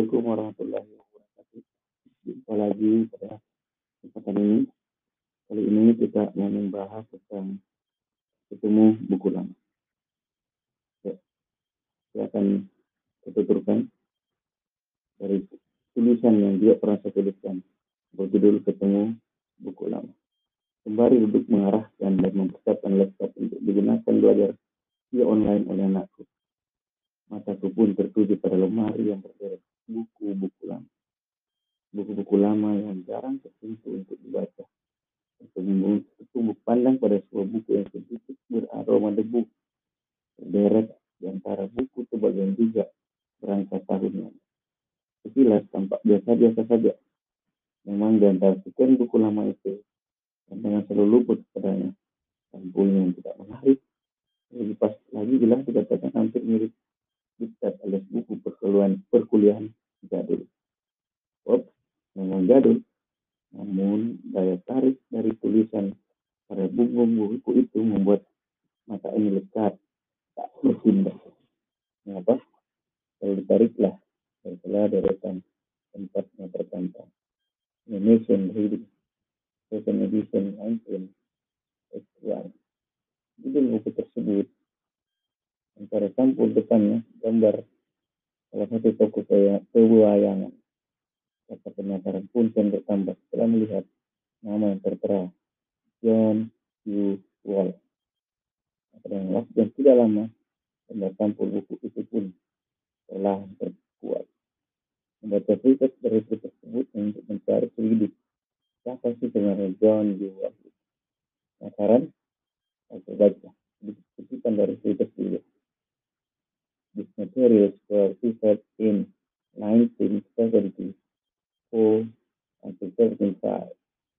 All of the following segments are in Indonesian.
Assalamualaikum warahmatullahi wabarakatuh. Jumpa lagi pada kesempatan ini. Kali ini kita mau membahas tentang ketemu buku lama. Ya, saya akan tuturkan dari tulisan yang dia pernah saya tuliskan berjudul Ketemu Buku Lama. Sembari duduk mengarahkan dan mempersiapkan laptop untuk digunakan belajar via online oleh anakku, mataku pun tertuju pada lemari yang berderet buku-buku lama. Buku-buku lama yang jarang tersentuh untuk dibaca. Bertumbuh pandang pada sebuah buku yang sedikit beraroma debu, berderet di antara buku tebal yang juga berangkat tahunnya. Sekilas tampak biasa-biasa saja. Memang di antara sekian buku lama itu, tantangan selalu luput padanya. Sampulnya yang tidak menarik. Lebih pas lagi jelas dikatakan hampir mirip diktat alias buku perkuliahan jadul. Memang jadul, namun daya tarik dari tulisan pada buku itu membuat mata ini lekat, tak berpindah. Mengapa? Kalau ditariklah setelah deretan tempatnya tertantang. Indonesian Reading, second edition 1981. Judul buku tersebut, antara sampul depannya, gambar salah satu tokoh pewayangan. Kata penasaran pun bertambah setelah melihat nama yang tertera, John Hugh Wall. Dalam waktu yang tidak lama, gambar sampul buku itu pun telah terkuat. Membaca riset dari buku tersebut untuk mencari selidik siapa sih sebenarnya John Hugh Wall. Penasaran? Aku baca sedikit dari riset dulu. These materials were researched in 1974 and 2005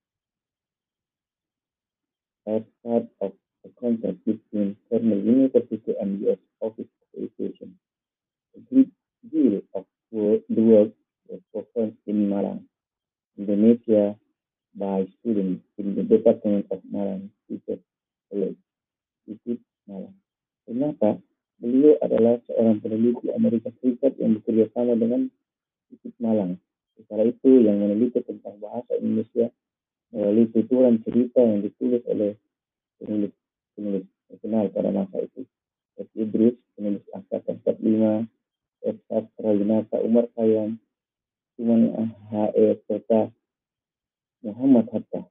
as part of a contract between Cornell University and U.S. Office of Education. A great deal of the work was performed in Malang, Indonesia by students in the Department of Malang Teachers College, Malang. Ternyata beliau adalah seorang peneliti Amerika Serikat yang bekerja sama dengan IPIT Malang. Setelah itu yang meneliti tentang bahasa Indonesia melalui tuturan cerita yang ditulis oleh penulis nasional pada masa itu. S. Idris, penulis angkatan 45, F. Sastra Yunasa Umar Khayyam, Suman H.E. serta Muhammad Hatta,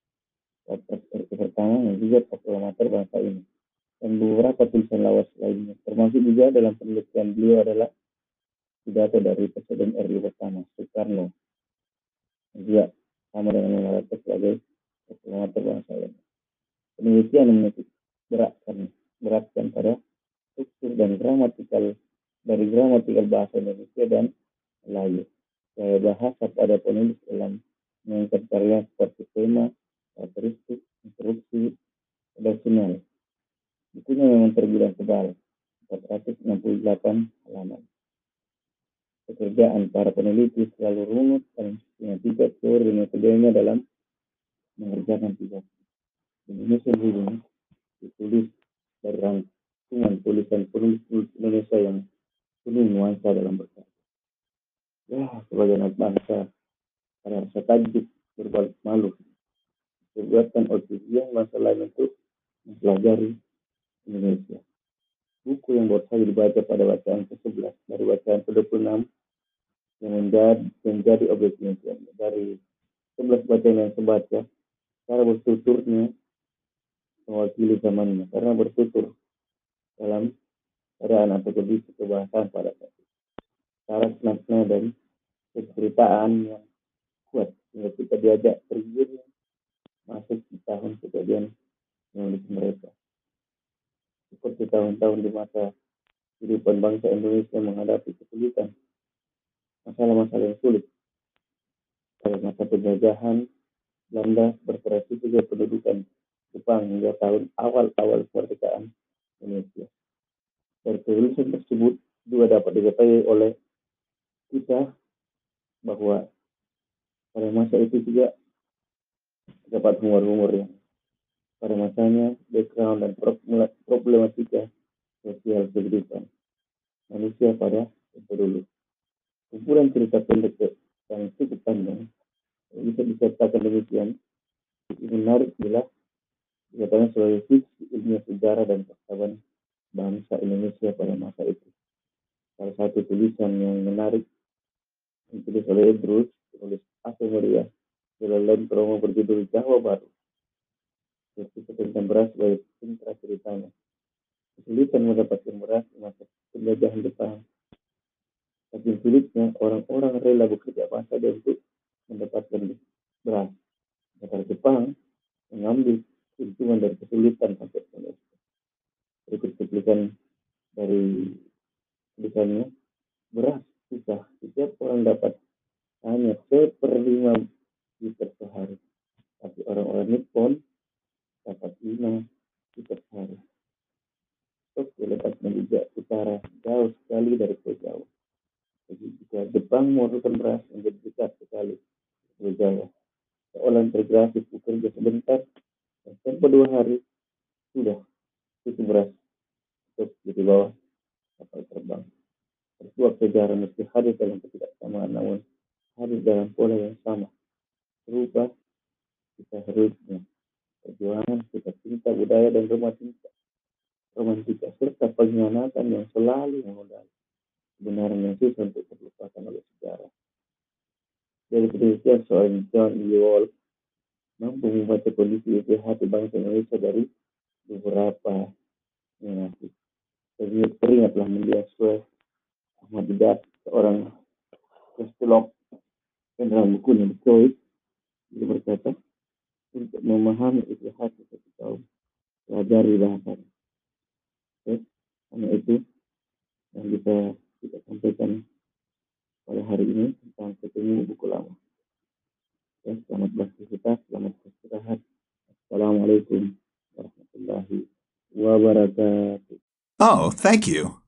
pertama yang juga proklamator bangsa ini. Dan beberapa tulisan lawas lainnya, termasuk juga dalam penelitian beliau adalah pidato dari Presiden RI pertama, Soekarno, yang juga sama dengan Muhammad Hatta sebagai proklamator bangsa ini. Penelitian yang beratkan pada struktur dan gramatikal bahasa Indonesia dan Melayu. Gaya bahasa pada penulis dalam mengangkat karya seperti tema, karakteristik, instruksi, redaksional. Bukunya memang terbilang tebal, 468 halaman. Pekerjaan para peneliti selalu runut dan sistematika teori dan metodenya dalam mengerjakan tugas. Indonesia Reading ditulis dari rangkuman tulisan penulis Indonesia yang penuh nuansa dalam berkarya. Ya, sebagai anak bangsa, ada rasa takjub berbalik malu. Dibuatkan yang masalah untuk mempelajari Indonesia. Buku yang baru saja dibaca pada bacaan ke-11 dari bacaan ke-26 yang menjadi objek penelitian. Dari 11 bacaan yang saya baca, cara bertuturnya mewakili zamannya karena bertutur dalam keadaan atau kondisi kebahasaan pada saat itu. Cara makna dan keceritaan yang kuat sehingga kita diajak terjun masuk di tahun kejadian menulis mereka. Seperti tahun-tahun di masa kehidupan bangsa Indonesia menghadapi kesulitan, masalah-masalah yang sulit. Pada masa penjajahan Belanda berkreasi juga pendudukan Jepang hingga tahun awal-awal kemerdekaan Indonesia. Dari tulisan tersebut juga dapat diketahui oleh kita bahwa pada masa itu juga dapat humor-humor yang pada masanya background dan problematika sosial kehidupan manusia pada itu dulu. kumpulan cerita pendek yang cukup panjang. Bisa disertakan demikian, menarik bila dikatakan sebagai fiksi ilmiah sejarah dan peradaban bangsa Indonesia pada masa itu. Salah satu tulisan yang menarik yang ditulis oleh Idrus, penulis Aceh Mulia, dalam promo berjudul Jawa Baru. Cerita tentang beras sebagai intra ceritanya. Kesulitan mendapatkan beras di masa penjajahan Jepang. Saking sulitnya, orang-orang rela bekerja apa saja untuk mendapatkan beras. Negara Jepang mengambil keuntungan dari kesulitan sampai Indonesia. Berikut cuplikan dari tulisannya. Beras susah. Setiap orang dapat hanya 1/5 liter sehari. Tapi orang-orang Nippon dapat 5 liter sehari. Tokyo letaknya juga utara, jauh sekali dari Pulau Jawa. Jadi jika Jepang memerlukan beras menjadi dekat sekali Pulau Jawa. Seorang integrasi bekerja sebentar dan tanpa 2 hari sudah cukup beras untuk di bawah kapal terbang. Sebuah sejarah meski hadir dalam ketidaksamaan, namun hadir dalam pola yang sama. Serupa kita harusnya perjuangan kita cinta budaya dan romantika serta pengkhianatan yang selalu mengundang kebenaran yang susah untuk terlupakan oleh sejarah. Dari penelitian seorang John Ewald mampu membaca kondisi isi hati bangsa Indonesia dari beberapa generasi. Teringatlah mendiang Suez Ahmad Didat, seorang kristolog, dan dalam bukunya The Choice, dia berkata, untuk memahami isi hati satu kaum, pelajari bahasanya. Hanya itu yang bisa kita sampaikan pada hari ini tentang ketemu buku lama. Selamat beraktivitas, selamat beristirahat. Assalamualaikum warahmatullahi wabarakatuh. Oh, thank you.